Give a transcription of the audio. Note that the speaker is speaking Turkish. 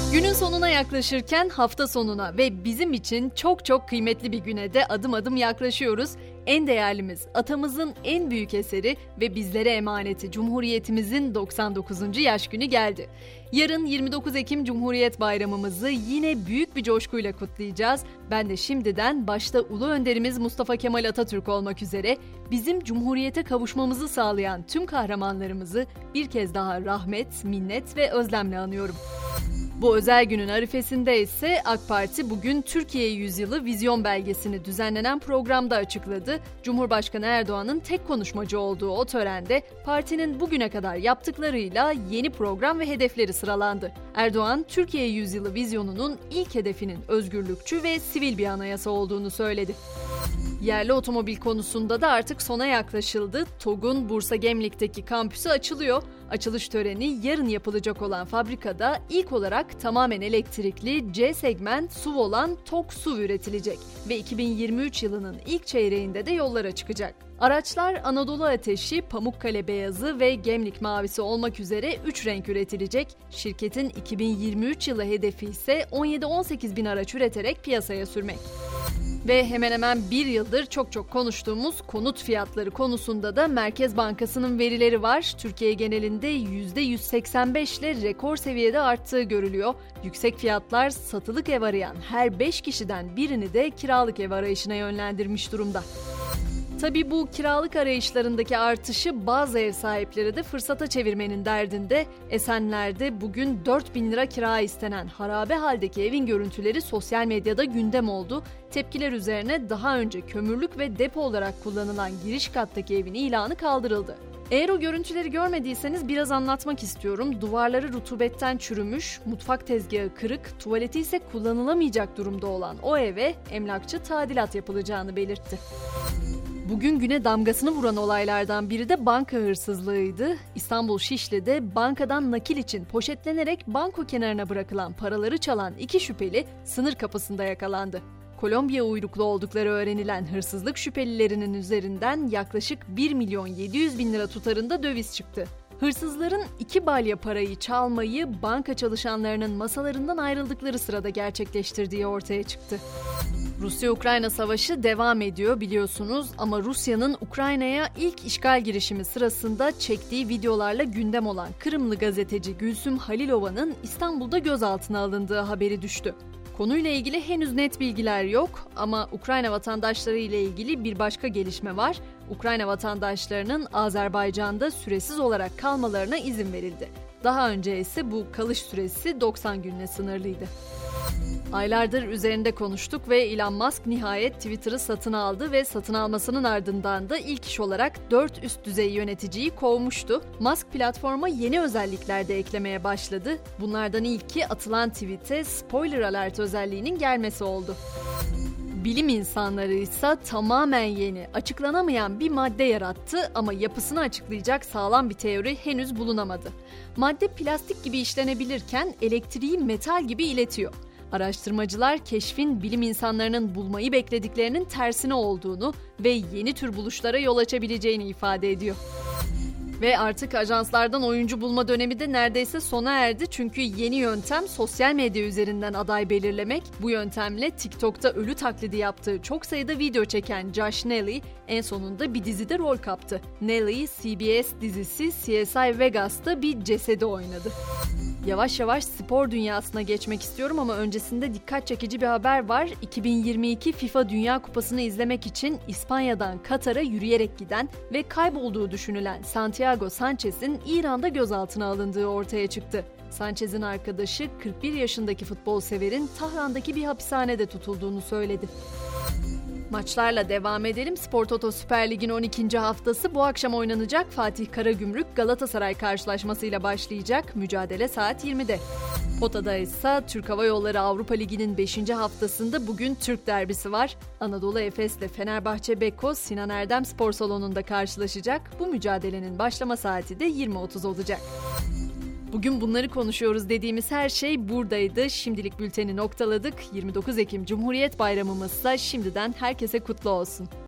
Günün sonuna yaklaşırken hafta sonuna ve bizim için çok çok kıymetli bir güne de adım adım yaklaşıyoruz. En değerlimiz, atamızın en büyük eseri ve bizlere emaneti Cumhuriyetimizin 99. yaş günü geldi. Yarın 29 Ekim Cumhuriyet Bayramımızı yine büyük bir coşkuyla kutlayacağız. Ben de şimdiden başta Ulu Önderimiz Mustafa Kemal Atatürk olmak üzere bizim Cumhuriyete kavuşmamızı sağlayan tüm kahramanlarımızı bir kez daha rahmet, minnet ve özlemle anıyorum. Bu özel günün arifesinde ise AK Parti bugün Türkiye Yüzyılı Vizyon Belgesi'ni düzenlenen programda açıkladı. Cumhurbaşkanı Erdoğan'ın tek konuşmacı olduğu o törende partinin bugüne kadar yaptıklarıyla yeni program ve hedefleri sıralandı. Erdoğan, Türkiye Yüzyılı Vizyonu'nun ilk hedefinin özgürlükçü ve sivil bir anayasa olduğunu söyledi. Yerli otomobil konusunda da artık sona yaklaşıldı. TOG'un Bursa Gemlik'teki kampüsü açılıyor. Açılış töreni yarın yapılacak olan fabrikada ilk olarak tamamen elektrikli C segment SUV olan TOG SUV üretilecek ve 2023 yılının ilk çeyreğinde de yollara çıkacak. Araçlar Anadolu Ateşi, Pamukkale Beyazı ve Gemlik Mavisi olmak üzere 3 renk üretilecek. Şirketin 2023 yılı hedefi ise 17-18 bin araç üreterek piyasaya sürmek. Ve hemen hemen bir yıldır çok konuştuğumuz konut fiyatları konusunda da Merkez Bankası'nın verileri var. Türkiye genelinde %185 ile rekor seviyede arttığı görülüyor. Yüksek fiyatlar satılık ev arayan her 5 kişiden birini de kiralık ev arayışına yönlendirmiş durumda. Tabii bu kiralık arayışlarındaki artışı bazı ev sahipleri de fırsata çevirmenin derdinde. Esenler'de bugün 4.000 lira kira istenen harabe haldeki evin görüntüleri sosyal medyada gündem oldu. Tepkiler üzerine daha önce kömürlük ve depo olarak kullanılan giriş kattaki evin ilanı kaldırıldı. Eğer o görüntüleri görmediyseniz biraz anlatmak istiyorum. Duvarları rutubetten çürümüş, mutfak tezgahı kırık, tuvaleti ise kullanılamayacak durumda olan o eve emlakçı tadilat yapılacağını belirtti. Bugün güne damgasını vuran olaylardan biri de banka hırsızlığıydı. İstanbul Şişli'de bankadan nakil için poşetlenerek banko kenarına bırakılan paraları çalan 2 şüpheli sınır kapısında yakalandı. Kolombiya uyruklu oldukları öğrenilen hırsızlık şüphelilerinin üzerinden yaklaşık 1.700.000 lira tutarında döviz çıktı. Hırsızların 2 balya parayı çalmayı banka çalışanlarının masalarından ayrıldıkları sırada gerçekleştirdiği ortaya çıktı. Rusya-Ukrayna savaşı devam ediyor biliyorsunuz ama Rusya'nın Ukrayna'ya ilk işgal girişimi sırasında çektiği videolarla gündem olan Kırımlı gazeteci Gülsüm Halilova'nın İstanbul'da gözaltına alındığı haberi düştü. Konuyla ilgili henüz net bilgiler yok ama Ukrayna vatandaşları ile ilgili bir başka gelişme var. Ukrayna vatandaşlarının Azerbaycan'da süresiz olarak kalmalarına izin verildi. Daha önce ise bu kalış süresi 90 günle sınırlıydı. Aylardır üzerinde konuştuk ve Elon Musk nihayet Twitter'ı satın aldı ve satın almasının ardından da ilk iş olarak 4 üst düzey yöneticiyi kovmuştu. Musk platforma yeni özellikler de eklemeye başladı. Bunlardan ilki atılan tweet'e spoiler alert özelliğinin gelmesi oldu. Bilim insanları ise tamamen yeni, açıklanamayan bir madde yarattı ama yapısını açıklayacak sağlam bir teori henüz bulunamadı. Madde plastik gibi işlenebilirken elektriği metal gibi iletiyor. Araştırmacılar keşfin bilim insanlarının bulmayı beklediklerinin tersine olduğunu ve yeni tür buluşlara yol açabileceğini ifade ediyor. Ve artık ajanslardan oyuncu bulma dönemi de neredeyse sona erdi çünkü yeni yöntem sosyal medya üzerinden aday belirlemek. Bu yöntemle TikTok'ta ölü taklidi yaptığı çok sayıda video çeken Josh Neely en sonunda bir dizide rol kaptı. Neely, CBS dizisi CSI Vegas'ta bir cesedi oynadı. Yavaş yavaş spor dünyasına geçmek istiyorum ama öncesinde dikkat çekici bir haber var. 2022 FIFA Dünya Kupası'nı izlemek için İspanya'dan Katar'a yürüyerek giden ve kaybolduğu düşünülen Santiago Sanchez'in İran'da gözaltına alındığı ortaya çıktı. Sanchez'in arkadaşı 41 yaşındaki futbol severin Tahran'daki bir hapishanede tutulduğunu söyledi. Maçlarla devam edelim. Spor Toto Süper Lig'in 12. haftası bu akşam oynanacak. Fatih Karagümrük Galatasaray karşılaşmasıyla başlayacak. Mücadele saat 20'de. Pota'da ise Türk Hava Yolları Avrupa Ligi'nin 5. haftasında bugün Türk derbisi var. Anadolu Efes ile Fenerbahçe Beko Sinan Erdem Spor Salonu'nda karşılaşacak. Bu mücadelenin başlama saati de 20.30 olacak. Bugün bunları konuşuyoruz dediğimiz her şey buradaydı. Şimdilik bülteni noktaladık. 29 Ekim Cumhuriyet Bayramımızsa şimdiden herkese kutlu olsun.